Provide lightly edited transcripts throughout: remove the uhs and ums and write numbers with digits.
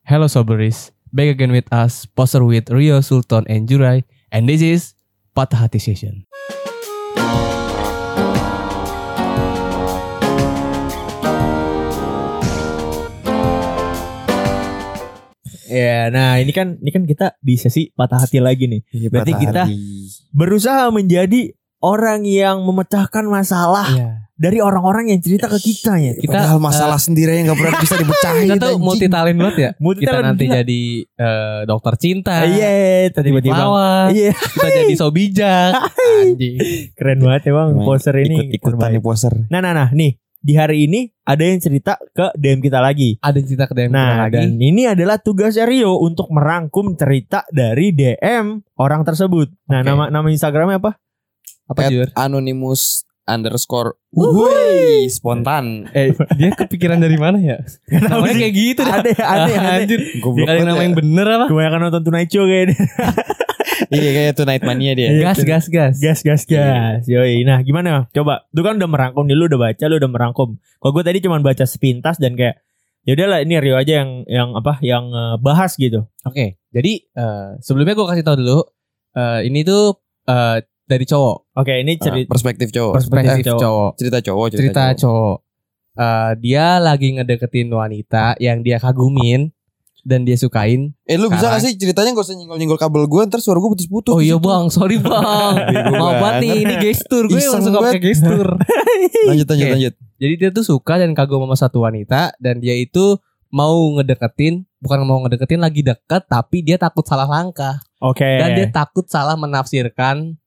Hello Soberis, back again with us, Poster with Rio, Sultan, and Jurai, and this is Patah Hati Session. Ya, nah ini kan kita di sesi patah hati lagi nih. Berarti kita berusaha menjadi orang yang memecahkan masalah dari orang-orang yang cerita ke kita ya. Padahal masalah sendiri yang gak pernah bisa dipecahin. Kita tuh multi talent banget ya. Kita nanti gila. jadi dokter cinta. Iya, tiba-tiba. Iya. Kita jadi sobijak. Anjing. Keren banget ya Bang, poster ini. Ikut-ikutan nih poster. Nah, nih. Di hari ini ada yang cerita ke DM kita lagi. Ada yang cerita ke DM kita Nah, lagi. dan ini adalah tugasnya Rio untuk merangkum cerita dari DM orang tersebut. Nah, Oke. nama Instagramnya apa? Apa Jur? Anonymous _ Wuih. spontan. Dia kepikiran dari mana ya? Namanya kayak gitu dah. Aneh. Anjir. Goblok Ada nama yang bener apa? Kebanyakan nonton Tonight Show kayaknya. Iya kayak Tonight Mania dia. Gas. Gas. Yoi. Nah, gimana? Coba. Lu kan udah merangkum nih, lu udah merangkum. Kalau gue tadi cuma baca sepintas dan kayak ya udahlah ini Rio aja yang bahas gitu. Oke. Jadi sebelumnya gue kasih tahu dulu. Ini tuh dari cowok. Oke, ini Perspektif cowok. Perspektif cowok. Cerita cowok. Cerita cowok. Dia lagi ngedeketin wanita yang dia kagumin dan dia sukain. Lu bisa Sekarang. gak sih ceritanya gak usah nyenggol-nyenggol kabel gue, ntar suara gue putus-putus. Oh iya bang, sorry bang. Maaf banget nih, ini gestur. Gue Iseng suka pakai banget. gestur. Lanjut. Jadi dia tuh suka dan kagum sama satu wanita. Dan dia itu bukan mau ngedeketin, lagi deket. Tapi dia takut salah langkah. Oke. Dan dia takut salah menafsirkan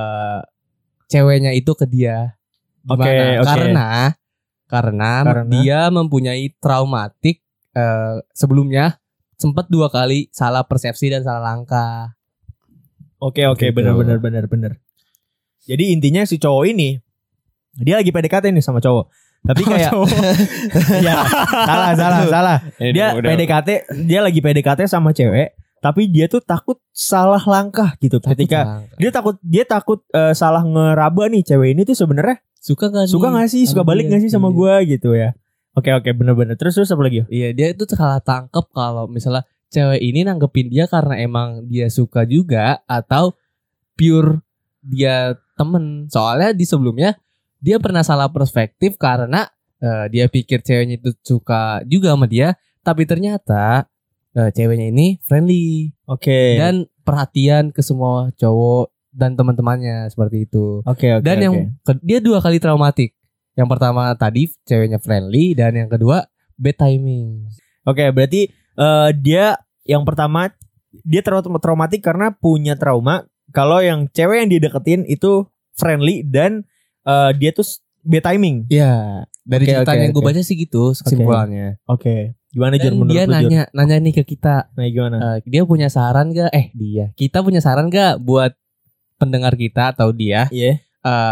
ceweknya itu ke dia. Gimana? Oke. Karena Karena? dia mempunyai traumatik sebelumnya sempat 2 kali salah persepsi dan salah langkah. Oke, Gitu. benar. Jadi intinya si cowok ini dia lagi PDKT nih sama cowok. Tapi kayak ya, salah. Dia lagi PDKT sama cewek, tapi dia tuh takut salah langkah gitu. Ketika dia takut salah ngeraba nih cewek ini tuh sebenarnya suka gak sih, suka balik gak sih sama gua gitu ya. Oke, benar. Terus apa lagi? Iya, dia itu salah tangkep kalau misalnya cewek ini nanggepin dia karena emang dia suka juga atau pure dia temen. Soalnya di sebelumnya dia pernah salah perspektif karena dia pikir ceweknya itu suka juga sama dia, tapi ternyata ceweknya ini friendly. Oke. Dan perhatian ke semua cowok dan teman-temannya seperti itu. Oke. Dan dia 2 kali traumatik. Yang pertama tadi ceweknya friendly dan yang kedua bad timing. Oke, berarti dia yang pertama dia traumatik karena punya trauma kalau yang cewek yang dideketin itu friendly dan dia tuh bad timing. Iya, dari ceritanya yang gue baca sih gitu kesimpulannya. Oke. Gimana Jur Dan menurut dia lu, Jur? nanya nih ke kita. Nah, gimana? Dia punya saran gak? Kita punya saran gak buat pendengar kita atau dia? Iya.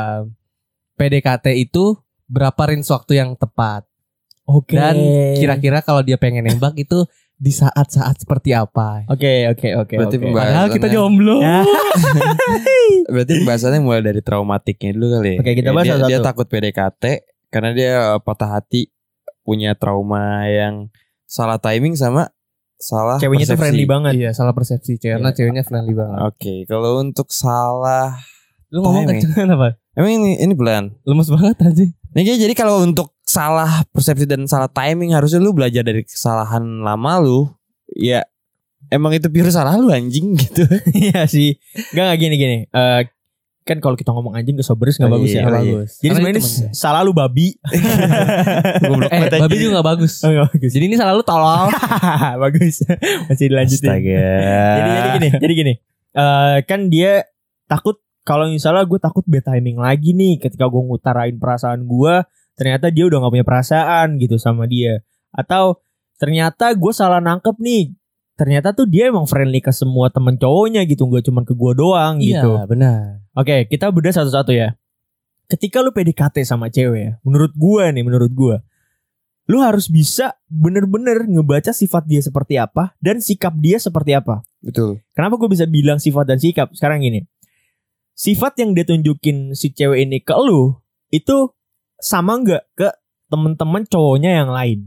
PDKT itu berapa range waktu yang tepat? Oke. Dan kira-kira kalau dia pengen nembak itu di saat-saat seperti apa? Oke. Berarti Padahal kita pembahasannya- jomblo. Ya. Berarti pembahasannya mulai dari traumatiknya dulu kali ya. Oke, kita bahas dia satu-satu. takut PDKT karena dia patah hati, punya trauma yang salah timing sama salah Ceweknya tuh persepsi. friendly banget. Iya, salah persepsi karena ceweknya friendly banget. Oke, kalau untuk salah, Lu ngomong timing. kencengan apa? emang ini pelan. Lemes banget anjing. Nah, jadi kalau untuk salah persepsi dan salah timing harusnya lu belajar dari kesalahan lama lu. Ya emang itu pure salah lu anjing gitu. Iya sih. Enggak gini. Kan kalau kita ngomong anjing ke sobers enggak Oh, bagus iya, ya. iya. Bagus. Jadi Karena sebenarnya itu temen. salah lu babi. Goblok banget anjing. Babi juga gak bagus. Oh, nggak bagus. Jadi ini salah lu tolol. Bagus. Masih dilanjutin. Astaga. Jadi gini. Kan dia takut kalau misalnya gue takut bad timing lagi nih ketika gue ngutarain perasaan gue, ternyata dia udah gak punya perasaan gitu sama dia. Atau ternyata gue salah nangkep nih. Ternyata tuh dia emang friendly ke semua temen cowoknya gitu, gak cuma ke gue doang gitu. Iya, benar. Oke, kita bedah satu-satu ya. Ketika lu PDKT sama cewek ya, menurut gue, lu harus bisa bener-bener ngebaca sifat dia seperti apa dan sikap dia seperti apa. Betul. Kenapa gue bisa bilang sifat dan sikap? Sekarang gini, sifat yang dia tunjukin si cewek ini ke lu itu sama nggak ke temen-temen cowoknya yang lain?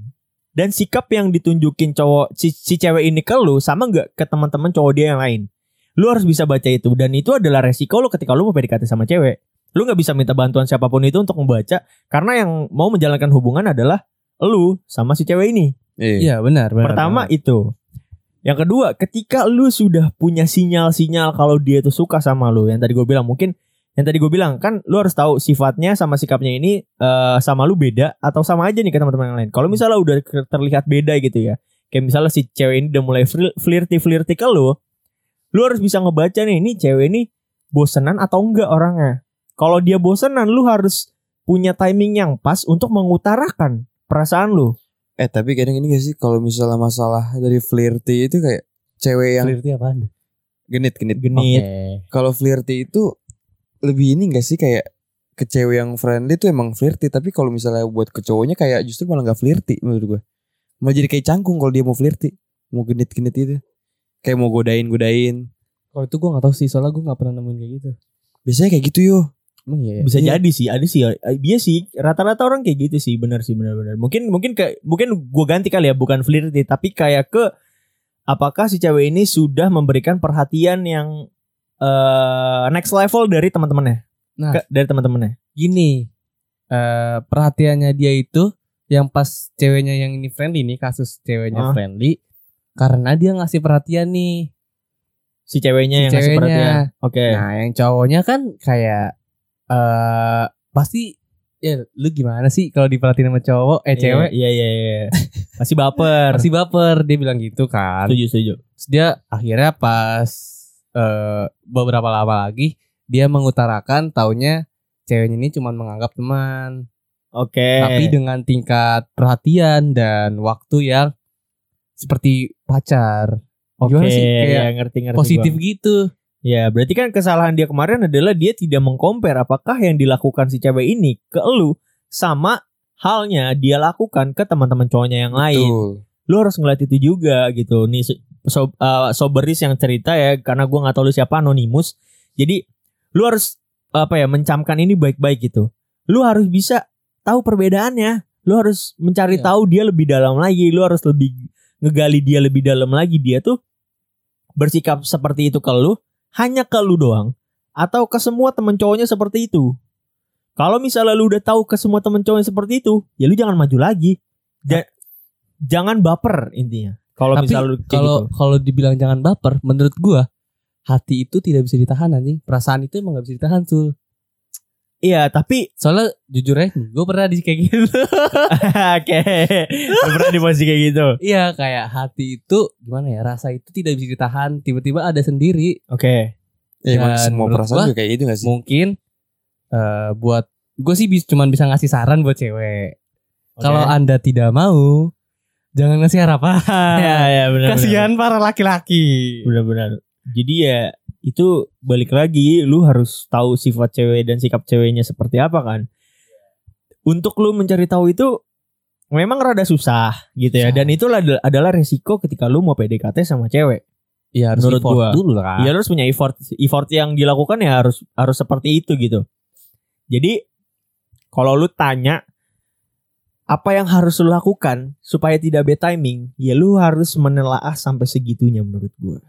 Dan sikap yang ditunjukin cowok si cewek ini ke lu sama nggak ke teman-teman cowok dia yang lain. Lu harus bisa baca itu. Dan itu adalah resiko lu ketika lu mau PDKT sama cewek. Lu gak bisa minta bantuan siapapun itu untuk membaca. Karena yang mau menjalankan hubungan adalah lu sama si cewek ini. Iya benar. Pertama itu. Yang kedua, ketika lu sudah punya sinyal-sinyal kalau dia itu suka sama lu. Yang tadi gue bilang mungkin. Yang tadi gue bilang kan lu harus tahu sifatnya sama sikapnya ini sama lu beda atau sama aja nih ke teman-teman yang lain. Kalau misalnya udah terlihat beda gitu ya. Kayak misalnya si cewek ini udah mulai flirty ke lu harus bisa ngebaca nih cewek ini bosenan atau enggak orangnya. Kalau dia bosenan lu harus punya timing yang pas untuk mengutarakan perasaan lu. Tapi kadang ini gak sih kalau misalnya masalah dari flirty itu kayak cewek yang flirty apaan? Genit. Okay. Kalau flirty itu lebih ini gak sih kayak ke cewek yang friendly tuh emang flirty, tapi kalau misalnya buat ke cowoknya kayak justru malah gak flirty menurut gue. Malah jadi kayak canggung kalau dia mau flirty, mau genit itu. Kayak mau godain. Kalau itu gue gak tahu sih, soalnya gue gak pernah nemuin kayak gitu. Biasanya kayak gitu yo. Emang iya. Bisa jadi sih, ada sih. Dia sih rata-rata orang kayak gitu sih, benar. Mungkin gue ganti kali ya, bukan flirty, tapi kayak ke apakah si cewek ini sudah memberikan perhatian yang next level dari teman-temannya. Nah, dari teman-temannya. Gini, perhatiannya dia itu yang pas ceweknya yang ini friendly nih, kasus ceweknya friendly, karena dia ngasih perhatian nih. Si ceweknya yang ngasih perhatian. Oke. Nah, yang cowoknya kan kayak pasti ya lu gimana sih kalau diperhatiin sama cowok cewek? Iya. Masih baper. Dia bilang gitu kan. Setuju. Terus dia akhirnya pas beberapa lama lagi dia mengutarakan taunya ceweknya ini cuma menganggap teman. Oke. Tapi dengan tingkat perhatian dan waktu yang seperti pacar. Oke. Sih kayak ngerti positif gua. gitu. Ya berarti kan kesalahan dia kemarin adalah dia tidak mengcompare apakah yang dilakukan si cewek ini ke lu sama halnya dia lakukan ke teman-teman cowoknya yang lain. Lu harus ngeliat itu juga gitu. Nih Soberis yang cerita ya, karena gue nggak tahu lu siapa, anonimus. Jadi lu harus mencamkan ini baik-baik gitu. Lu harus bisa tahu perbedaannya. Lu harus mencari tahu dia lebih dalam lagi. Lu harus lebih ngegali dia lebih dalam lagi. Dia tuh bersikap seperti itu ke lu hanya ke lu doang atau ke semua temen cowoknya seperti itu. Kalau misalnya lu udah tahu ke semua temen cowoknya seperti itu, ya lu jangan maju lagi. Jangan baper intinya. Tapi kalau dibilang jangan baper, menurut gua hati itu tidak bisa ditahan anjing. Perasaan itu emang gak bisa ditahan tuh. Iya, tapi soalnya jujur aja gue pernah di kayak gitu. Oke. Pernah di posisi kayak gitu. Iya, kayak hati itu gimana ya, rasa itu tidak bisa ditahan, tiba-tiba ada sendiri. Oke. Emang semua perasaan juga kayak gitu gak sih? Mungkin buat gue sih cuman bisa ngasih saran buat cewek. Kalau Anda tidak mau, jangan ngasih harapan. Ya benar. Kasihan para laki-laki. Benar. Jadi ya itu balik lagi, lu harus tahu sifat cewek dan sikap ceweknya seperti apa kan. Untuk lu mencari tahu itu memang rada susah gitu ya. Dan itu adalah resiko ketika lu mau PDKT sama cewek. Iya, harus menurut gua dulu kan. Iya, harus punya effort yang dilakukan ya harus seperti itu gitu. Jadi kalau lu tanya apa yang harus lu lakukan supaya tidak bad timing, ya lu harus menelaah sampai segitunya menurut gua.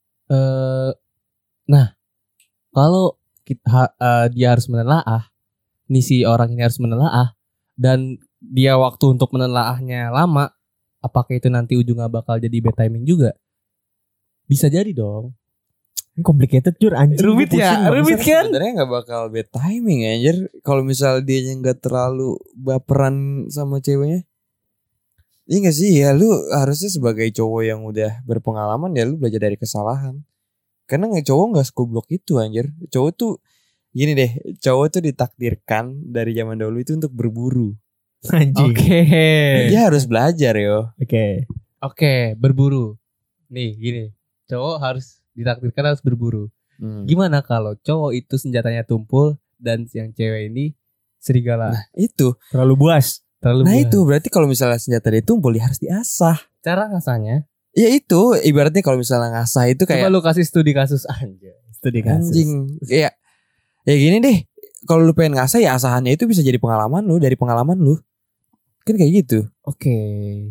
Nah, kalau dia harus menelaah, nih si orang ini harus menelaah, dan dia waktu untuk menelaahnya lama, apakah itu nanti ujungnya bakal jadi bad timing juga? Bisa jadi dong. Complicated jur anjing. Rumit ya, rumit kan? Sebenarnya gak bakal bad timing anjir. Kalau misal dia gak terlalu baperan sama ceweknya. Iya gak sih? Ya lu harusnya sebagai cowok yang udah berpengalaman, ya lu belajar dari kesalahan. Karena cowok gak segoblok itu anjir. Cowok tuh gini deh, cowok tuh ditakdirkan dari zaman dahulu itu untuk berburu. Anjing. Oke. Dia harus belajar yo. Oke, berburu. Nih gini, cowok harus ditakdirkan harus berburu. Gimana kalau cowok itu senjatanya tumpul dan yang cewek ini serigala? Nah itu terlalu buas. Itu berarti kalau misalnya senjata dia tumpul, dia harus diasah. Cara ngasahnya? Ya itu ibaratnya kalau misalnya ngasah itu kayak, coba lu kasih studi kasus aja. Studi kasus. Anjing. Ya gini deh. Kalau lu pengen ngasah ya asahannya itu bisa jadi pengalaman lu, dari pengalaman lu. Kan kayak gitu. Oke.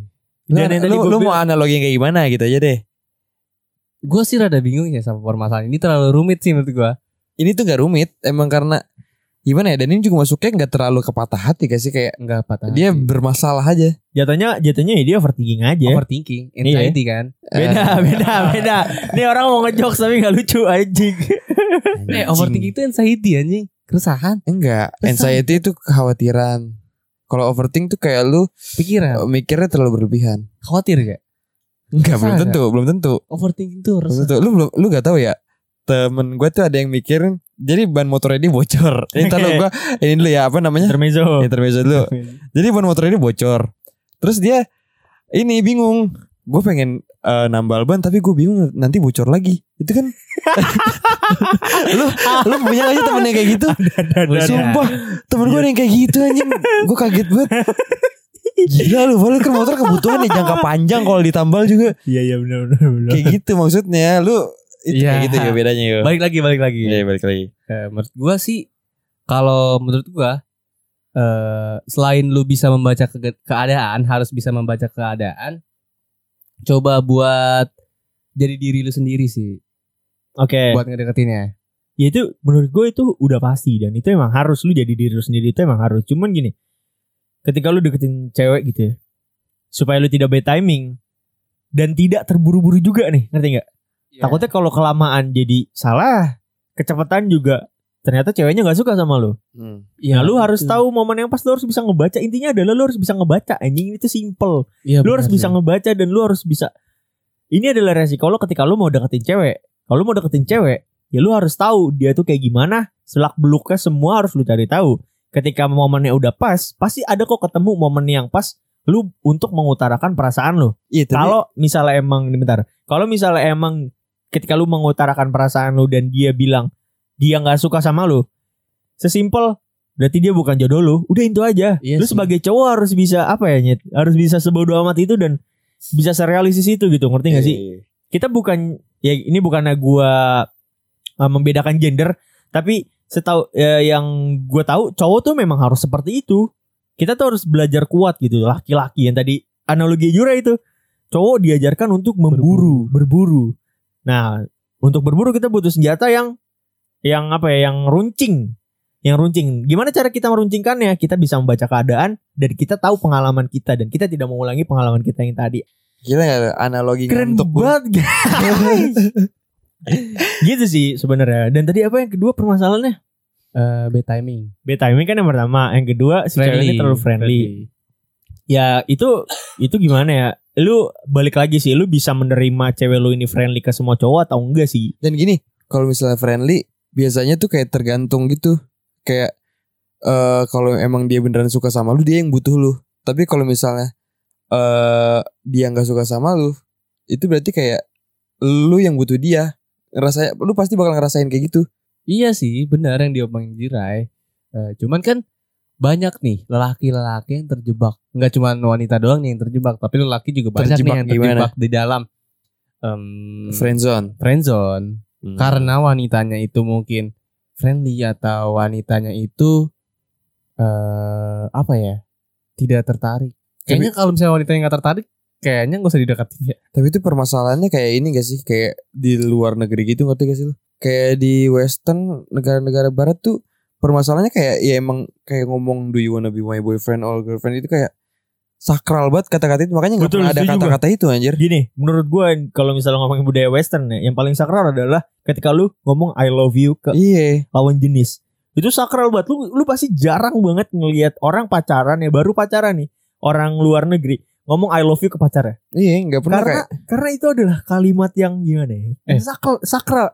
Lu mau analogi yang kayak gimana gitu aja deh. Gue sih rada bingung ya sama permasalahan ini, terlalu rumit sih menurut gue. Ini tuh gak rumit, emang karena gimana ya? Dan ini juga masuknya gak terlalu ke patah hati gak sih, kayak Enggak patah dia hati. bermasalah aja. Jatuhnya ya dia overthinking aja. Overthinking, anxiety kan. Beda. Ini orang mau ngejokes tapi gak lucu anjing. Overthinking itu anxiety anjing. Keresahan. Enggak, Keresahan. anxiety itu kekhawatiran. Kalau overthink tuh kayak lu Pikiran. mikirnya terlalu berlebihan. Khawatir gak? Enggak, belum Keresahan belum tentu. Overthinking tuh Belum resah. tentu. Lu gak tahu ya? Temen gue tuh ada yang mikir, jadi ban motornya dia bocor. Ini ntar gue ini dulu ya, apa namanya? Intermezzo dulu. Jadi ban motornya dia bocor. Terus dia ini bingung. Gue pengen nambal ban tapi gue bingung nanti bocor lagi. Itu kan lu punya aja temen yang kayak gitu? Sumpah temen gue ada yang kayak gitu anjing. Gue kaget banget. Gila lu, padahal kan motor kebutuhan ya jangka panjang kalau ditambal juga. Iya benar. Kayak gitu maksudnya. Lu itu Iya. kayak gitu ya bedanya ya. Balik lagi. Iya, balik lagi. Menurut gue sih, kalau menurut gue, selain lu bisa membaca keadaan, harus bisa membaca keadaan. Coba buat jadi diri lu sendiri sih. Oke. Buat ngedeketinnya. Ya itu menurut gue itu udah pasti. Dan itu emang harus. Lu jadi diri lu sendiri itu emang harus. Cuman gini, ketika lu deketin cewek gitu ya, supaya lu tidak bad timing dan tidak terburu-buru juga nih, ngerti gak? Takutnya kalau kelamaan jadi salah, kecepatan juga ternyata ceweknya gak suka sama lu. Ya, Nah lu harus tahu momen yang pas, lu harus bisa ngebaca. Intinya adalah lu harus bisa ngebaca. Anjing, itu simple. Ya, Lu harus bisa ngebaca dan lu harus bisa. Ini adalah resiko lo ketika lu mau deketin cewek. Kalau lu mau deketin cewek, ya lu harus tahu dia tuh kayak gimana. Selak beluknya semua harus lu cari tahu. Ketika momennya udah pas, pasti ada kok ketemu momen yang pas lu untuk mengutarakan perasaan lu. Iya, tapi Kalau misalnya emang kalau misalnya emang ketika lu mengutarakan perasaan lu dan dia bilang dia nggak suka sama lu, sesimpel berarti dia bukan jodoh lu. Udah itu aja. Iya Lu sih. sebagai cowok harus bisa apa ya, Nyet? Harus bisa sebodoh amat itu dan bisa serealistis itu gitu. Ngerti gak sih? Kita bukan, ya ini bukannya gua membedakan gender, tapi setahu yang gue tahu cowok tuh memang harus seperti itu. Kita tuh harus belajar kuat gitu. Laki-laki yang tadi analogi Jura itu, cowok diajarkan untuk berburu. Nah, untuk berburu kita butuh senjata yang apa ya, yang runcing. Gimana cara kita meruncingkannya? Kita bisa membaca keadaan dan kita tahu pengalaman kita dan kita tidak mengulangi pengalaman kita yang tadi. gila gak analoginya Keren untuk banget guys. Gitu sih sebenarnya. Dan tadi apa yang kedua permasalahannya? Bad timing. Bad timing kan yang pertama. Yang kedua si cewek ini terlalu friendly. Ya itu gimana ya? Lu balik lagi sih, lu bisa menerima cewek lu ini friendly ke semua cowok atau enggak sih? Dan gini, kalau misalnya friendly biasanya tuh kayak tergantung gitu. Kayak kalau emang dia beneran suka sama lu, dia yang butuh lu. Tapi kalau misalnya dia nggak suka sama lu, itu berarti kayak lu yang butuh dia. Ngerasa, lu pasti bakal ngerasain kayak gitu. Iya sih, benar yang diomongin Jirai. Cuman kan banyak nih lelaki-lelaki yang terjebak. Nggak cuma wanita doang nih yang terjebak, tapi lelaki juga banyak Terjebak nih yang gimana? terjebak di dalam Friendzone. friendzone. Karena wanitanya itu mungkin friendly atau wanitanya itu apa ya, tidak tertarik. Kayaknya kalau misalnya wanitanya nggak tertarik, kayaknya nggak usah dideketin ya. Tapi itu permasalahannya kayak ini gak sih? Kayak di luar negeri gitu, ngerti gak sih lu? Kayak di western, negara-negara barat tuh permasalahannya kayak ya emang kayak ngomong do you wanna be my boyfriend or girlfriend itu kayak sakral banget kata-kata itu. Makanya gak Betul, pernah ada setuju kata-kata itu anjir. Gini, menurut gue kalau misalnya ngomongin budaya western ya, yang paling sakral adalah ketika lu ngomong I love you ke Iya. lawan jenis. Itu sakral banget. Lu pasti jarang banget ngelihat orang pacaran ya, baru pacaran nih, orang luar negeri ngomong I love you ke pacarnya. Iya, gak pernah kayak Karena itu adalah kalimat yang gimana ya? Sakral.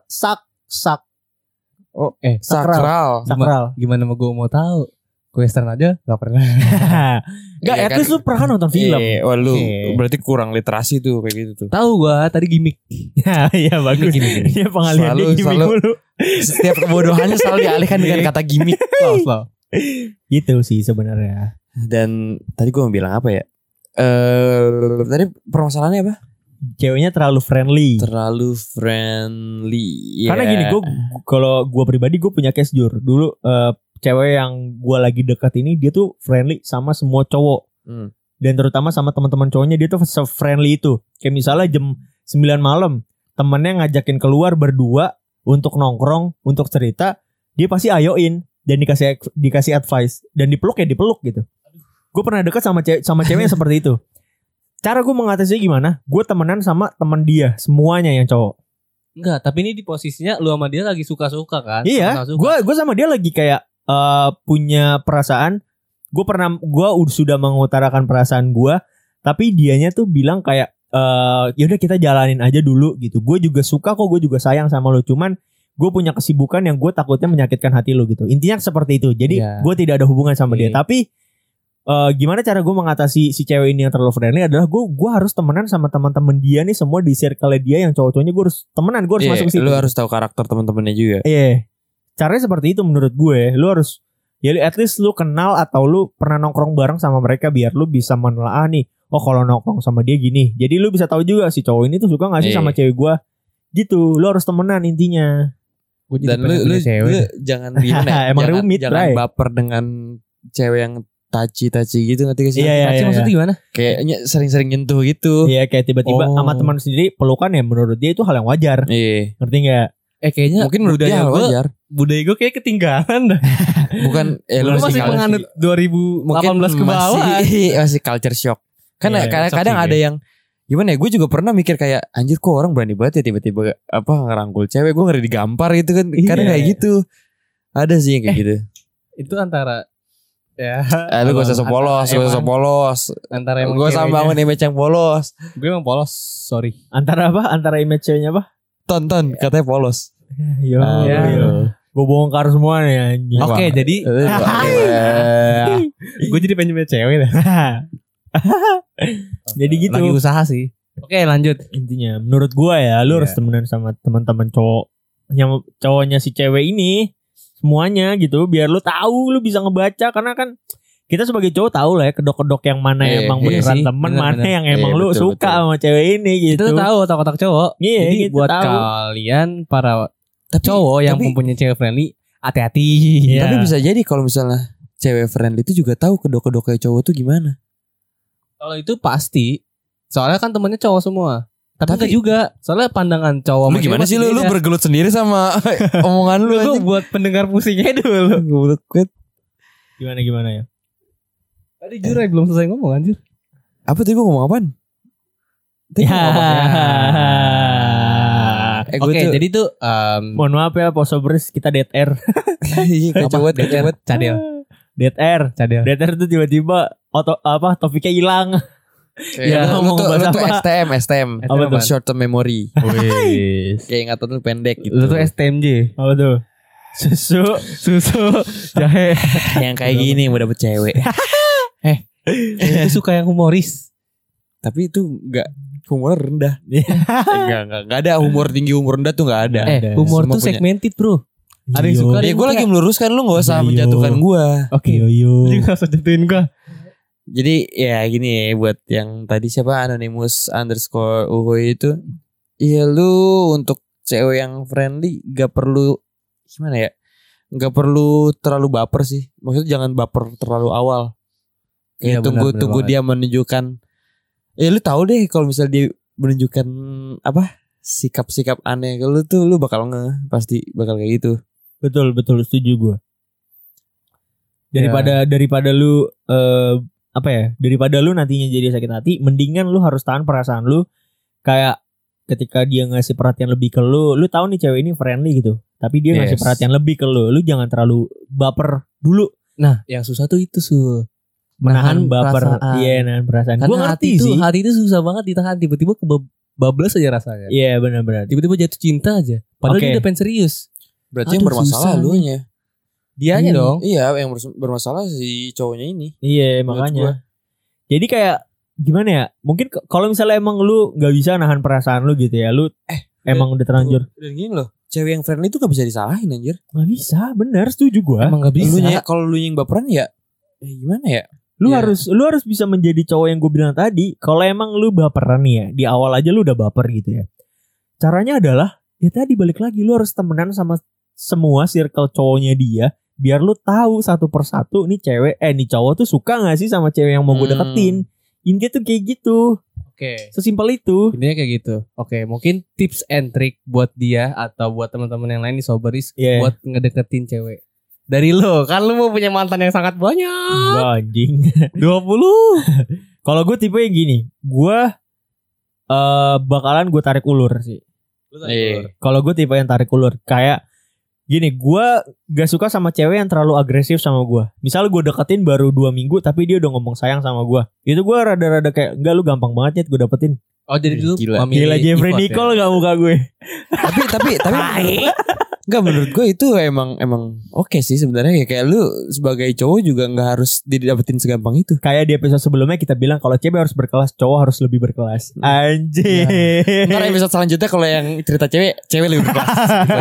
sakral. Gimana mau gue mau tahu? Ke western aja nggak pernah. Enggak, Iya at kan? least lu pernah kan nonton film. Wah lu Iya. berarti kurang literasi tuh kayak gitu tuh. Tahu gue tadi gimmick. Iya bagus. Gini. Iya pengalihan Selalu- gimmick selalu- mulu. Setiap kebodohannya selalu dialihkan dengan kata gimmick. Slow. Gitu sih sebenarnya. Dan tadi gue mau bilang apa ya? Tadi permasalahannya apa? Ceweknya terlalu friendly. Terlalu friendly. Karena gini, kalau gue pribadi gue punya case Jur. Dulu cewek yang gue lagi dekat ini dia tuh friendly sama semua cowok. Dan terutama sama teman-teman cowoknya dia tuh se-friendly itu. Kayak misalnya jam 9 malam temennya ngajakin keluar berdua untuk nongkrong, untuk cerita, dia pasti ayoin dan dikasih advice dan dipeluk gitu. Gue pernah dekat sama cewek yang seperti itu. Cara gue mengatasi gimana? Gue temenan sama teman dia semuanya yang cowok. Enggak, tapi ini di posisinya lu sama dia lagi suka-suka kan? Iya, gue sama dia lagi kayak punya perasaan. Gue sudah mengutarakan perasaan gue, tapi dianya tuh bilang kayak yaudah kita jalanin aja dulu gitu. Gue juga suka kok, gue juga sayang sama lu. Cuman gue punya kesibukan yang gue takutnya menyakitkan hati lu gitu. Intinya seperti itu. Jadi gue tidak ada hubungan sama dia. Tapi gimana cara gue mengatasi si cewek ini yang terlalu friendly adalah gue harus temenan sama teman-teman dia nih semua di circle dia yang cowok-cowoknya. Gue harus temenan, gue harus masuk ke situ. Lu harus tahu karakter teman-temannya juga. Iya. Caranya seperti itu menurut gue. Lu harus ya at least lu kenal atau lu pernah nongkrong bareng sama mereka biar lu bisa menelaah nih. Oh kalau nongkrong sama dia gini. Jadi lu bisa tahu juga si cowok ini tuh suka gak sih sama cewek gue. Gitu. Lu harus temenan intinya. Dan lu jangan gimana ya? Jangan baper dengan cewek yang taci gitu, ngerti gak sih? Iya, maksudnya gimana? Kayaknya sering-sering nyentuh gitu. Iya, kayak tiba-tiba sama teman sendiri pelukan ya menurut dia itu hal yang wajar. Iya. Ngerti gak? Kayaknya mungkin menurut dia wajar. Budaya gue kayak ketinggalan dah. Bukan lu masih menganut 2018 ke bawah. Masih culture shock. Kan kadang ada yang gimana ya, gue juga pernah mikir kayak anjir kok orang berani banget ya tiba-tiba ngerangkul cewek, gue ngeri digampar gitu kan. Kadang kayak gitu. Ada sih yang kayak gitu. Itu antara ya, lu gak usah polos. Antara emang gue sama bangun image yang polos. Gue emang polos, sorry. Antara apa? Antara image ceweknya apa? Tonton katanya polos. Yo. Gue bongkar semua nih anjing. Oke, jadi gue jadi pengen cewek dah. Jadi gitu. Lagi usaha sih. Oke, lanjut. Intinya menurut gue ya, lu harus temenan sama teman-teman cowoknya si cewek ini. Semuanya gitu biar lu tahu, lu bisa ngebaca karena kan kita sebagai cowok tahu lah ya kedok-kedok yang mana emang beneran temen, mana yang emang lu suka sama cewek ini gitu. Kita tahu otak-otak cowok. Jadi gitu, buat kalian para cowok yang mempunyai cewek friendly, hati-hati. Tapi bisa jadi kalau misalnya cewek friendly itu juga tahu kedok-kedok kayak cowok tuh gimana. Kalau itu pasti. Soalnya kan temennya cowok semua. Tapi juga soalnya pandangan cowok. Lu gimana sih lu bergelut sendiri sama omongan lu aja. Buat pendengar pusingnya dulu. Gimana ya? Tadi Jurai belum selesai ngomong anjir. Apa tadi gua ngomong apaan? Oke, jadi tuh mohon maaf ya Posobers, kita dead air. Coba Cadel. Dead air tuh tiba-tiba topiknya hilang. Ya, lu tuh STM. Apa tuh? Short term memory. Kayak ingatan lu pendek gitu. Lu tuh STMJ. Apa tuh? Susu, jahe. Yang kayak gini mau dapet cewek. Itu suka yang humoris. Tapi itu enggak humor rendah. Enggak ada humor tinggi humor rendah tuh enggak ada. Humor tuh segmented, Bro. Ada yang suka. Gue lagi meluruskan, lu enggak usah menjatuhkan gue. Oke. Lu enggak usah jatuhin gue. Jadi ya gini ya, buat yang tadi siapa Anonymous_Uhoy itu, ya lu untuk cewek yang friendly gak perlu gimana ya, gak perlu terlalu baper sih. Maksudnya jangan baper terlalu awal. Kayak tunggu dia menunjukkan. Ya lu tahu deh kalau misalnya dia menunjukkan sikap-sikap aneh ke lu tuh, lu bakal pasti bakal kayak gitu. Betul setuju gue. Daripada lu daripada lu nantinya jadi sakit hati, mendingan lu harus tahan perasaan lu. Kayak ketika dia ngasih perhatian lebih ke lu tahu nih cewek ini friendly gitu, tapi dia ngasih perhatian lebih ke lu jangan terlalu baper dulu. Nah, yang susah tuh itu menahan baper. Iya, nahan perasaan. Gue ngerti sih. Hati itu susah banget ditahan, tiba-tiba kebablas aja rasanya. Iya, benar-benar. Tiba-tiba jatuh cinta aja. Padahal dia udah pengen serius. Berarti yang bermasalah lu nya. Dianya dong. Iya, yang bermasalah si cowoknya ini. Iya, makanya. Jadi kayak gimana ya? Mungkin kalau misalnya emang lu nggak bisa nahan perasaan lu gitu ya, lu emang udah terlanjur. Dan gini loh, cewek yang friendly itu gak bisa disalahin anjir. Gak bisa, bener, setuju gue. Emang gak bisa. Kalau lu yang baperan ya gimana ya? Lu harus bisa menjadi cowok yang gue bilang tadi. Kalau emang lu baperan nih ya, di awal aja lu udah baper gitu ya. Caranya adalah ya tadi balik lagi, lu harus temenan sama semua circle cowoknya dia, biar lu tahu satu persatu nih cowok tuh suka gak sih sama cewek yang mau gue deketin. Intinya tuh kayak gitu. Oke. Sesimpel itu. Intinya kayak gitu. Oke, mungkin tips and trick buat dia atau buat teman-teman yang lain di Soberis buat ngedeketin cewek. Dari lo, kan lo mau punya mantan yang sangat banyak. Anjing. 20. Kalau gue tipe yang gini, gue bakalan gue tarik ulur sih. Kalau gue tipe yang tarik ulur, kayak gini, gue gak suka sama cewek yang terlalu agresif sama gue. Misal gue deketin baru 2 minggu tapi dia udah ngomong sayang sama gue. Itu gue rada-rada kayak, enggak, lu gampang banget gue dapetin. Oh jadi dulu gila Jeffrey Nicole gak muka gue. tapi enggak, menurut gue itu emang oke sih sebenarnya. Kayak lu sebagai cowok juga nggak harus didapetin segampang itu. Kayak di episode sebelumnya kita bilang kalau cewek harus berkelas, cowok harus lebih berkelas. Anjir. Ntar episode selanjutnya kalau yang cerita cewek lebih berkelas.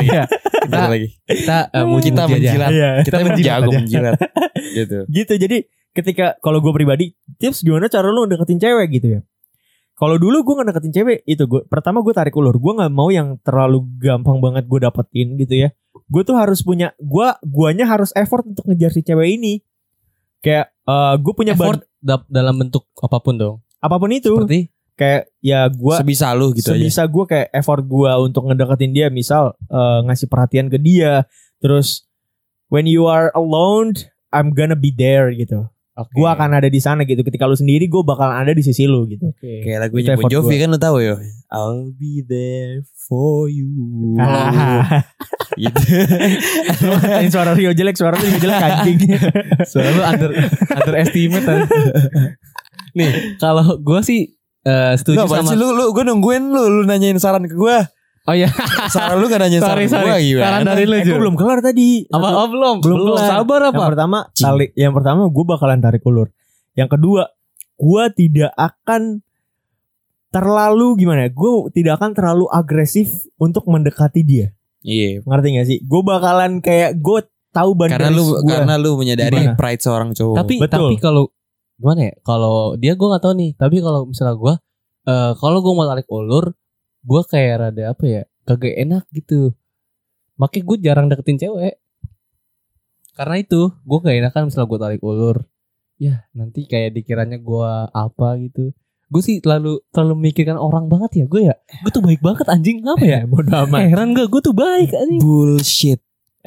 Kita menjilat. Kita menjago menjilat. Gitu. Jadi ketika kalau gue pribadi, tips gimana cara lu deketin cewek gitu ya. Kalau dulu gue ngedeketin cewek itu pertama gue tarik ulur. Gue nggak mau yang terlalu gampang banget gue dapetin gitu ya. Gue tuh harus punya guanya harus effort untuk ngejar si cewek ini. Kayak gue punya effort dalam bentuk apapun dong. Apapun itu. Seperti kayak ya gue sebisa lu gitu aja. Sebisa gue kayak effort gue untuk ngedeketin dia. Misal ngasih perhatian ke dia. Terus when you are alone, I'm gonna be there gitu. Gue akan ada di sana gitu. Ketika lu sendiri, gue bakal ada di sisi lu gitu. Kayak lagunya Bon Jovi kan lu tahu ya. I'll be there for you. Gitu. Lu ngatain suara Rio jelek, suara Rio jelek anjing. Suara lu underestimate. Nih, kalau gue sih setuju sama. Lu gue nungguin lu nanyain saran ke gue. Oh iya. Saran lu gak nanyain saran ke gue gimana? Saran dari lu gue belum kelar tadi. Apa? Belum kelar. Sabar apa? Yang pertama gue bakalan tarik ulur. Yang kedua, gue tidak akan terlalu gue tidak akan terlalu agresif untuk mendekati dia. Iya. Ngerti gak sih? Gue bakalan kayak gue tahu karena lu menyadari pride seorang cowok. Tapi kalau gimana ya? Kalau dia gue nggak tahu nih. Tapi kalau misalnya gue, kalau gue mau tarik ulur, gue kayak rada apa ya, kagak enak gitu. Makanya gue jarang deketin cewek. Karena itu gue gak enakan misalnya gue tarik ulur. Ya nanti kayak dikiranya gue apa gitu. Gue sih terlalu memikirkan orang banget ya. Gue tuh baik banget anjing. Apa ya? Bodoh amat. Heran gak, gue tuh baik anjing. Bullshit.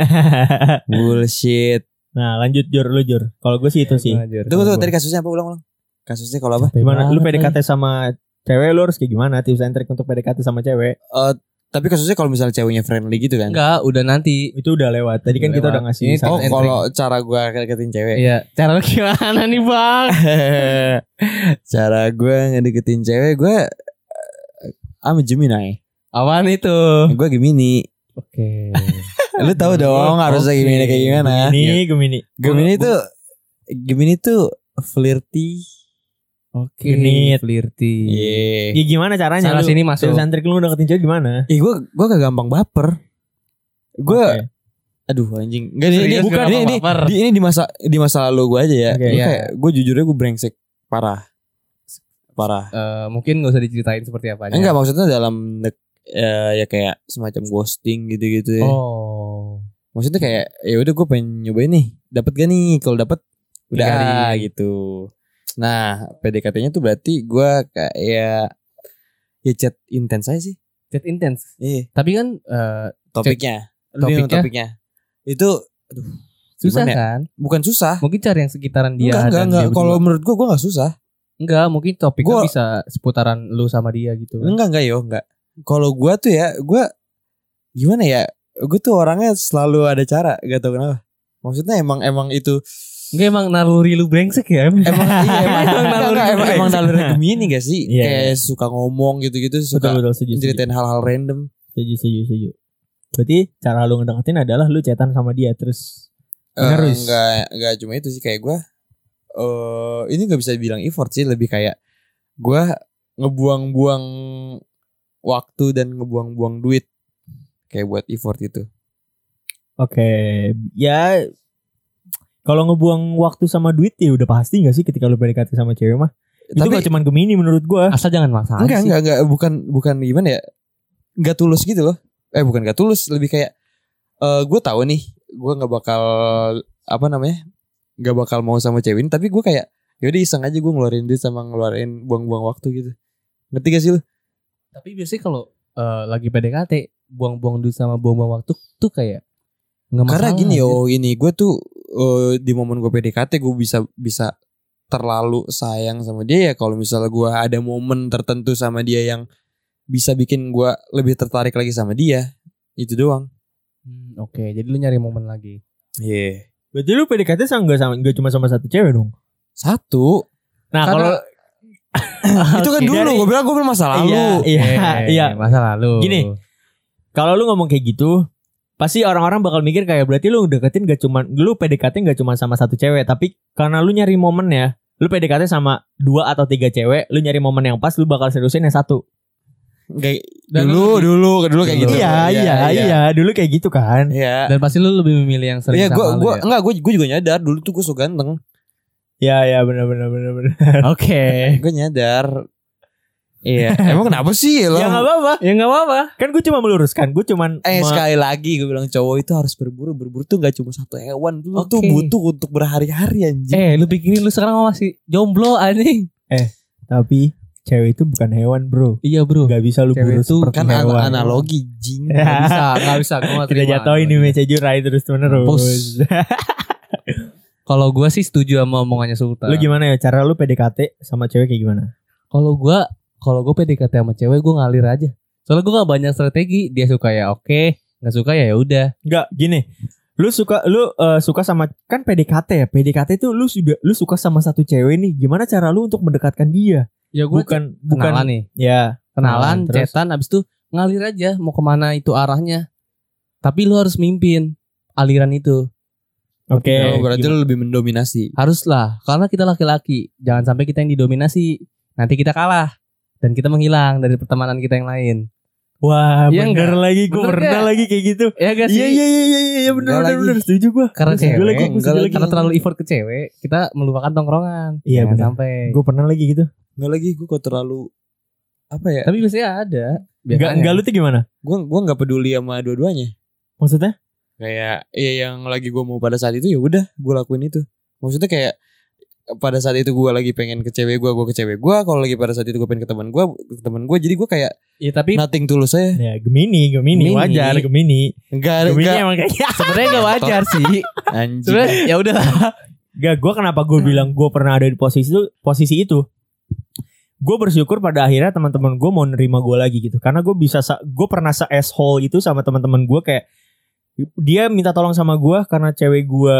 Nah lanjut Jor. Kalau gue sih itu sih. Tunggu tadi kasusnya apa, ulang. Kasusnya kalau apa? Gimana? Lu PDKT sama cewek, lu harus kayak gimana? Tips and trick untuk PDKT sama cewek. Tapi kasusnya kalau misalnya ceweknya friendly gitu kan? Enggak, udah nanti. Itu udah lewat. Tadi kan kita udah ngasih. Kalau cara gue ngedeketin cewek. Iya. Cara lu gimana nih bang? Cara gue ngedeketin cewek, gue I'm a Gemini. Apaan itu? Gue Gemini. Oke. Lu tahu dong harusnya Gemini kayak gimana? Gemini tuh flirty. Oke, flirty. Ya gimana caranya? Salah sini masuk. Santrik lu deketin cewek gimana? Gue gak gampang baper. Gue aduh anjing. Enggak ini di masa lalu gue aja ya. Gue jujurnya gue brengsek parah. Mungkin gak usah diceritain seperti apa. Enggak, maksudnya dalam ya kayak semacam ghosting gitu-gitu ya. Oh. Maksudnya kayak ya udah gue pengen nyobain nih. Dapat gak nih? Kalau dapat udah gitu. Nah, PDKT-nya tuh berarti gue kayak ya chat intens aja sih. Chat intens. Iya. Tapi kan topiknya itu susah kan? Bukan susah. Mungkin cari yang sekitaran dia. Enggak. Kalau menurut gue gak susah. Enggak, mungkin topiknya bisa seputaran lu sama dia gitu. Enggak. Kalau gue tuh ya, gue gimana ya? Gue tuh orangnya selalu ada cara, gak tau kenapa. Maksudnya emang itu. Enggak, emang naluri lu brengsek ya? Emang naluri Gemini gak sih? Kayak suka ngomong gitu-gitu, suka ceritain hal-hal random. Setuju. Berarti cara lu ngedeketin adalah lu chatan sama dia terus harus. Enggak cuma itu sih, kayak gue ini gak bisa dibilang effort sih, lebih kayak gue ngebuang-buang waktu dan ngebuang-buang duit kayak buat effort itu. Oke, ya kalau ngebuang waktu sama duit ya udah pasti gak sih ketika lu PDKT sama cewek mah. Itu gak cuma Gemini menurut gue. Asal jangan maksa. Enggak, bukan gimana ya, gak tulus gitu loh. Bukan gak tulus, lebih kayak gue tahu nih gue gak bakal gak bakal mau sama cewek ini, tapi gue kayak Yaudah iseng aja gue ngeluarin duit sama ngeluarin buang-buang waktu gitu. Ngerti gak sih lu? Tapi biasanya kalau lagi PDKT buang-buang duit sama buang-buang waktu tuh kayak nggak masalah. Karena gini anjir. ini gue tuh di momen gue PDKT gue bisa terlalu sayang sama dia ya kalau misalnya gue ada momen tertentu sama dia yang bisa bikin gue lebih tertarik lagi sama dia. Itu doang. Oke, jadi lu nyari momen lagi. Iya. Berarti lu PDKT nggak cuma sama satu cewek dong? Satu. Nah Karena- kalau Itu kan dulu gue bilang masa lalu. Iya. Masa lalu. Gini. Kalau lu ngomong kayak gitu, pasti orang-orang bakal mikir kayak berarti lu deketin lu PDKT gak cuma sama satu cewek, tapi karena lu nyari momen ya, lu PDKT sama 2 atau 3 cewek, lu nyari momen yang pas, lu bakal seriusin yang satu. Kayak Dan dulu kayak gitu. Iya, dulu kayak gitu kan. Iya. Dan pasti lu lebih memilih yang sering Iya, sama lu ya. gue juga nyadar dulu tuh gue so ganteng. Iya, benar. Oke. Gue nyadar. Iya. Emang kenapa sih lo? Ya enggak apa-apa. Ya enggak apa-apa. Kan gue cuma meluruskan, gue cuman Sekali lagi gue bilang cowok itu harus berburu tuh gak cuma satu hewan. Lu tuh Oke. butuh untuk berhari-hari anjing. Lu pikirin lu sekarang masih jomblo anjing. tapi cewek itu bukan hewan, Bro. Iya, Bro. Gak bisa lu Cewek buru itu seperti Kan hewan. analogi jing. Enggak bisa. Gua Kita jatuhin ini meja jurai terus menerus. Mampus. Kalau gua sih setuju sama omongannya Sultan. Lu gimana ya cara lu PDKT sama cewek kayak gimana? Kalau gue PDKT sama cewek gue ngalir aja. Soalnya gue gak banyak strategi. Dia suka ya oke, nggak suka ya udah. Enggak, gini. Lu suka sama kan PDKT ya. PDKT itu lu suka sama satu cewek nih. Gimana cara lu untuk mendekatkan dia? Ya gue Bukan kenalan nih. Ya, Kenalan, terus? chatan, abis itu ngalir aja mau kemana itu arahnya. Tapi lu harus mimpin aliran itu. Oke. Oh, berarti lu lebih mendominasi. Haruslah, karena kita laki-laki. Jangan sampai kita yang didominasi. Nanti kita kalah dan kita menghilang dari pertemanan kita yang lain. Wah, Iya bener enggak? lagi. Gue Bener pernah enggak? lagi kayak gitu. Ya gak sih? Iya, bener. Setuju gue. Karena Setuju cewek, lagi, setuju lagi. karena terlalu effort ke cewek, kita melupakan tongkrongan. Iya, Jangan bener. sampai. Gue pernah lagi gitu. Enggak lagi gue kok terlalu apa ya? Tapi biasanya ada. Enggak lu tuh gimana? Gue nggak peduli sama dua-duanya. Maksudnya? Kayak yang lagi gue mau pada saat itu ya udah gue lakuin itu. Maksudnya kayak pada saat itu gue lagi pengen ke cewek gue ke cewek gue. Kalau lagi pada saat itu gue pengen ke teman gue. Jadi gue kayak Iya tapi nothing tulus saya. Ya, Gemini. Wajar, Gemini. Enggak. Emang kayak sebenarnya gak wajar sih. Anjing. Sebenarnya ya udah. Gak, gue kenapa gue bilang gue pernah ada di posisi itu. Gue bersyukur pada akhirnya teman-teman gue mau nerima gue lagi gitu. Karena gue pernah se-asshole itu sama teman-teman gue kayak dia minta tolong sama gue karena cewek gue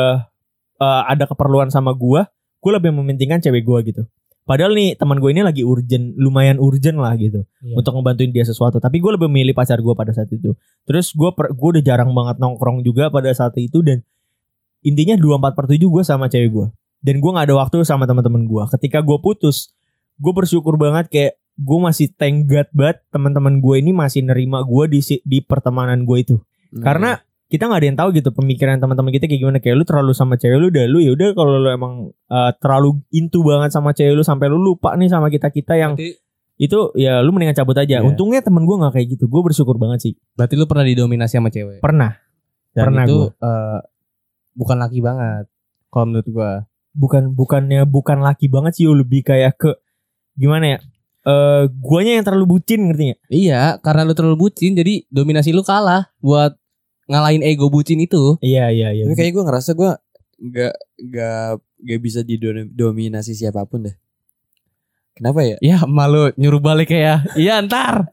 ada keperluan sama gue lebih mementingkan cewek gue gitu. Padahal nih teman gue ini lagi lumayan urgent lah gitu untuk ngebantuin dia sesuatu. Tapi gue lebih milih pacar gue pada saat itu. Terus gue udah jarang banget nongkrong juga pada saat itu dan intinya 24/7 gue sama cewek gue. Dan gue nggak ada waktu sama teman-teman gue. Ketika gue putus, gue bersyukur banget kayak gue masih thank God banget teman-teman gue ini masih nerima gue di pertemanan gue itu. Karena kita nggak ada yang tahu gitu pemikiran teman-teman kita kayak gimana, kayak lu terlalu sama cewek lu ya udah kalau lu emang terlalu into banget sama cewek lu sampai lu lupa nih sama kita yang Berarti, itu ya lu mendingan cabut aja. Iya. Untungnya temen gue nggak kayak gitu, gue bersyukur banget sih. berarti lu pernah didominasi sama cewek. Pernah Dan pernah itu gua. Bukan laki banget. Kalau menurut gua. bukan laki banget sih, lebih kayak ke gimana ya? Guanya yang terlalu bucin, ngerti gak? Iya, karena lu terlalu bucin jadi dominasi lu kalah buat ngalahin ego bucin itu. Iya. Tapi kayak gue ngerasa gue nggak bisa didominasi siapapun deh. Kenapa ya? Ya malu nyuruh balik kayak iya ntar.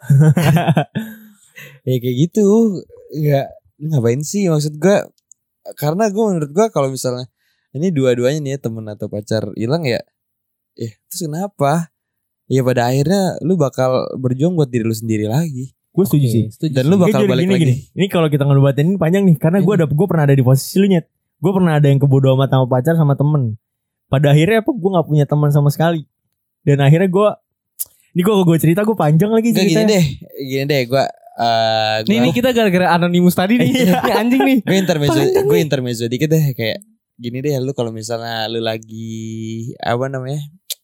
Ya kayak gitu. Nggak ngapain sih maksud gue? Karena gue menurut gue kalau misalnya ini dua-duanya nih ya, temen atau pacar hilang ya, terus kenapa? Ya pada akhirnya lu bakal berjuang buat diri lu sendiri lagi. Gue setuju sih. Dan lu bakal balik lagi. Ini kalau kita ngedebatin ini panjang nih, karena gue pernah ada di posisi lu, Nyet. Gue pernah ada yang kebodoh amat sama pacar sama temen. Pada akhirnya gue gak punya teman sama sekali. Dan akhirnya ini gue cerita gue panjang lagi Nggak, ceritanya. gini deh gue Nih kita gara-gara anonimus tadi nih. Ini anjing nih. gue intermezzo dikit deh. Kayak gini deh, lu kalau misalnya lu lagi apa namanya,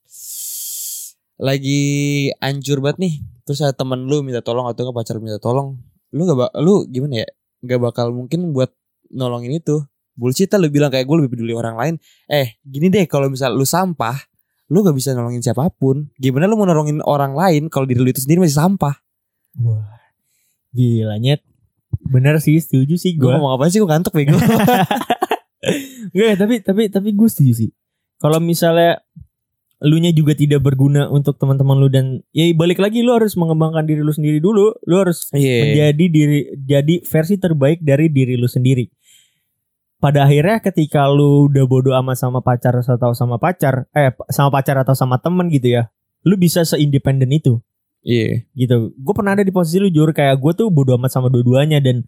lagi hancur banget nih, terus ada temen lu minta tolong atau nggak pacar minta tolong, lu gimana ya, nggak bakal mungkin buat nolongin itu. Bullshit lah lu bilang kayak gue lebih peduli orang lain. Gini deh, kalau misal lu sampah lu gak bisa nolongin siapapun. Gimana lu mau nolongin orang lain kalau diri lu itu sendiri masih sampah? Wah, gila Nyet. Bener sih, setuju sih Gue gue. ngomong apa sih, gue ngantuk bego. Enggak, tapi gue setuju sih. Kalau misalnya lu nya juga tidak berguna untuk teman-teman lu, dan ya balik lagi lu harus mengembangkan diri lu sendiri dulu. Lu harus jadi versi terbaik dari diri lu sendiri. Pada akhirnya ketika lu udah bodo amat sama pacar atau sama pacar atau sama temen gitu ya, lu bisa seindependen itu. Iya. Gitu. Gue pernah ada di posisi lu Jur, kayak gue tuh bodo amat sama dua-duanya, dan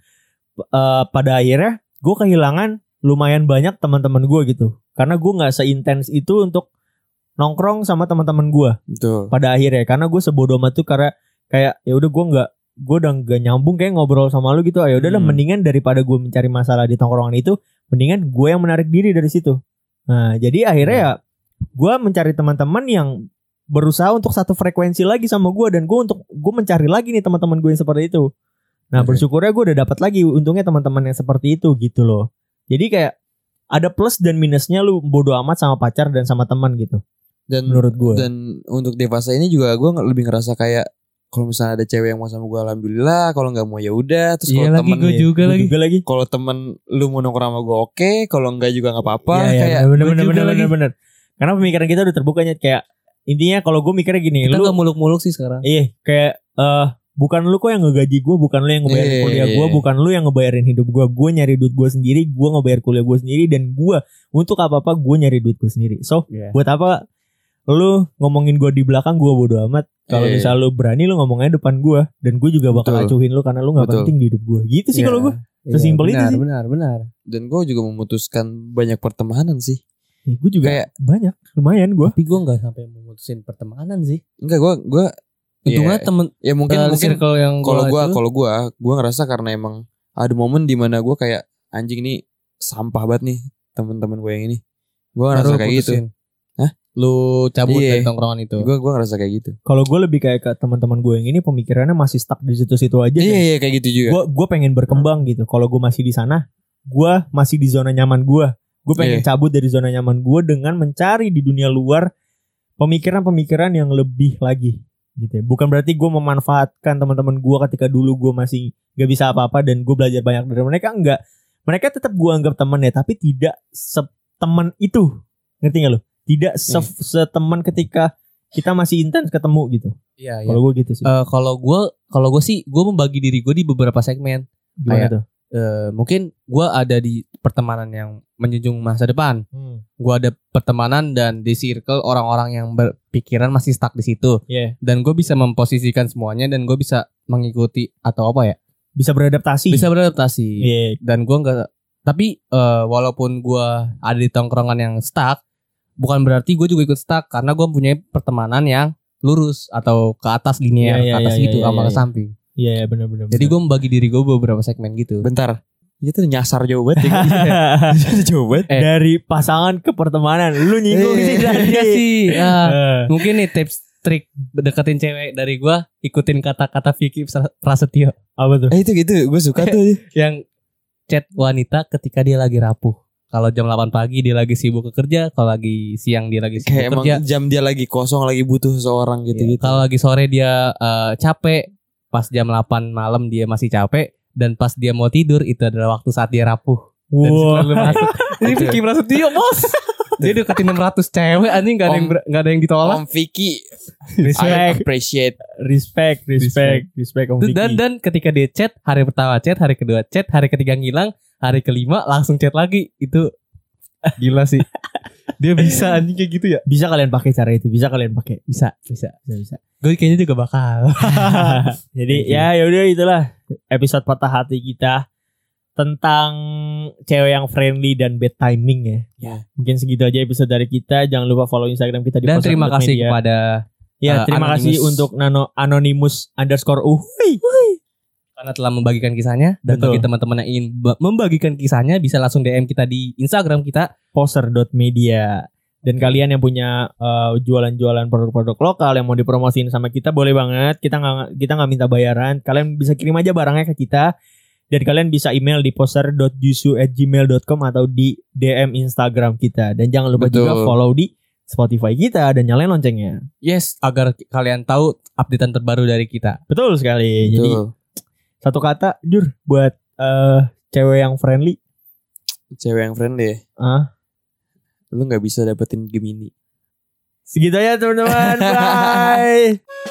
pada akhirnya gue kehilangan lumayan banyak teman-teman gue gitu. Karena gue nggak seintens itu untuk nongkrong sama teman-teman gue. Betul. Pada akhirnya karena gue sebodoh amat tuh, karena kayak ya udah gue udah nggak nyambung kayak ngobrol sama lu gitu. Ya udahlah, mendingan daripada gue mencari masalah di tongkrongan itu, mendingan gue yang menarik diri dari situ. Nah, jadi akhirnya ya gue mencari teman-teman yang berusaha untuk satu frekuensi lagi sama gue, dan gue mencari lagi nih teman-teman gue yang seperti itu. Nah, bersyukurnya gue udah dapat lagi untungnya teman-teman yang seperti itu gitu loh. Jadi kayak ada plus dan minusnya lu bodo amat sama pacar dan sama teman gitu. Dan menurut gue. Dan untuk di fase ini juga gue lebih ngerasa kayak kalau misalnya ada cewek yang mau sama gue, alhamdulillah. Kalau nggak mau ya udah. Terus kalau temen gue juga lagi. Kalau temen lu mau nongkrong sama gue oke. Kalau enggak juga nggak apa-apa. Kayak bener. Karena pemikiran kita udah terbukanya kayak intinya kalau gue mikirnya gini. Kita lu nggak muluk-muluk sih sekarang. Iya, kayak bukan lu kok yang ngegaji gue, bukan lu yang ngebayarin kuliah gue, bukan lu yang ngebayarin hidup gue. Gue nyari duit gue sendiri, gue ngebayar kuliah gue sendiri, dan gue untuk apa-apa gue nyari duit gue sendiri. So buat apa lu ngomongin gue di belakang, gue bodo amat. Kalau misal lu berani lu ngomongnya depan gue, dan gue juga bakal acuhin lu karena lu gak penting di hidup gue. Gitu sih kalau gue. Sesimpel itu sih. Benar. Dan gue juga memutuskan banyak pertemanan sih. Gue juga kayak banyak, lumayan gue. Tapi gue gak sampai memutusin pertemanan sih. Enggak, gue untungnya temen ya mungkin circle yang kalau gue ngerasa karena emang ada momen dimana gue kayak anjing nih sampah banget nih teman-teman gue yang ini. Gue ngerasa kayak gitu. Lu cabut dari tongkrongan itu. Gue ngerasa kayak gitu. Kalau gue lebih kayak ke teman-teman gue yang ini pemikirannya masih stuck di situ-situ aja. Iya kayak gitu juga. Gue pengen berkembang gitu. Kalau gue masih di sana, gue masih di zona nyaman gue. Gue pengen cabut dari zona nyaman gue dengan mencari di dunia luar pemikiran-pemikiran yang lebih lagi. Gitu. Bukan berarti gue memanfaatkan teman-teman gue ketika dulu gue masih gak bisa apa-apa dan gue belajar banyak dari mereka. Enggak. Mereka tetap gue anggap teman ya, tapi tidak seteman itu. Ngerti gak lo? Tidak seteman ketika kita masih intens ketemu gitu. Iya. Kalau gue gitu sih. Kalau gue sih gue membagi diri gue di beberapa segmen. Gimana tuh? Mungkin gue ada di pertemanan yang menjunjung masa depan. Gue ada pertemanan dan di circle orang-orang yang berpikiran masih stuck di situ. Dan gue bisa memposisikan semuanya dan gue bisa mengikuti atau apa ya? Bisa beradaptasi. Dan gue nggak. Tapi walaupun gue ada di tongkrongan yang stuck, bukan berarti gue juga ikut stuck karena gue punya pertemanan yang lurus atau ke atas linear, ke atas gitu sama ke samping. Iya benar. Jadi gue membagi diri gue beberapa segmen gitu. Bentar, itu nyasar jauh banget ya. Jauh banget. Dari pasangan ke pertemanan, lu nyinggung sih. Mungkin nih tips trik deketin cewek dari gue, ikutin kata-kata Vicky Prasetyo. Apa tuh? Itu gitu, gue suka tuh. Yang chat wanita ketika dia lagi rapuh. Kalau jam 8 pagi dia lagi sibuk kerja, kalau lagi siang dia lagi sibuk kayak kerja. Emang jam dia lagi kosong, lagi butuh seseorang gitu-gitu. Kalau lagi sore dia capek, pas jam 8 malam dia masih capek, dan pas dia mau tidur itu adalah waktu saat dia rapuh. Dan selalu masuk. Ini Vicky Prasetyo, bos. Dia deketin 600 cewek anjing, gak ada yang ditolak. Om Vicky, respect Om Vicky. Dan ketika dia chat, hari pertama chat, hari kedua chat, hari ketiga ngilang, hari kelima langsung chat lagi. Itu gila sih. Dia bisa anjing kayak gitu ya. Bisa kalian pakai cara itu? Bisa. Gue kayaknya juga bakal. Jadi ya udah itulah episode patah hati kita tentang cewek yang friendly dan bad timing ya. Mungkin segitu aja episode dari kita. Jangan lupa follow Instagram kita di dan terima kasih kepada terima kasih untuk Anonymous _uhuy karena telah membagikan kisahnya. Dan bagi teman-teman yang ingin membagikan kisahnya bisa langsung DM kita di Instagram kita poser.media. Dan kalian yang punya jualan-jualan produk-produk lokal yang mau dipromosiin sama kita, boleh banget. Kita nggak minta bayaran. Kalian bisa kirim aja barangnya ke kita. Dan kalian bisa email di poser.jusu@gmail.com atau di DM Instagram kita. Dan jangan lupa juga follow di Spotify kita dan nyalain loncengnya. Yes, agar kalian tahu updatean terbaru dari kita. Betul sekali. Jadi Betul. satu kata, Jur, buat cewek yang friendly. Cewek yang friendly ya. Lu gak bisa dapetin Gemini. Segitu aja teman-teman. Bye.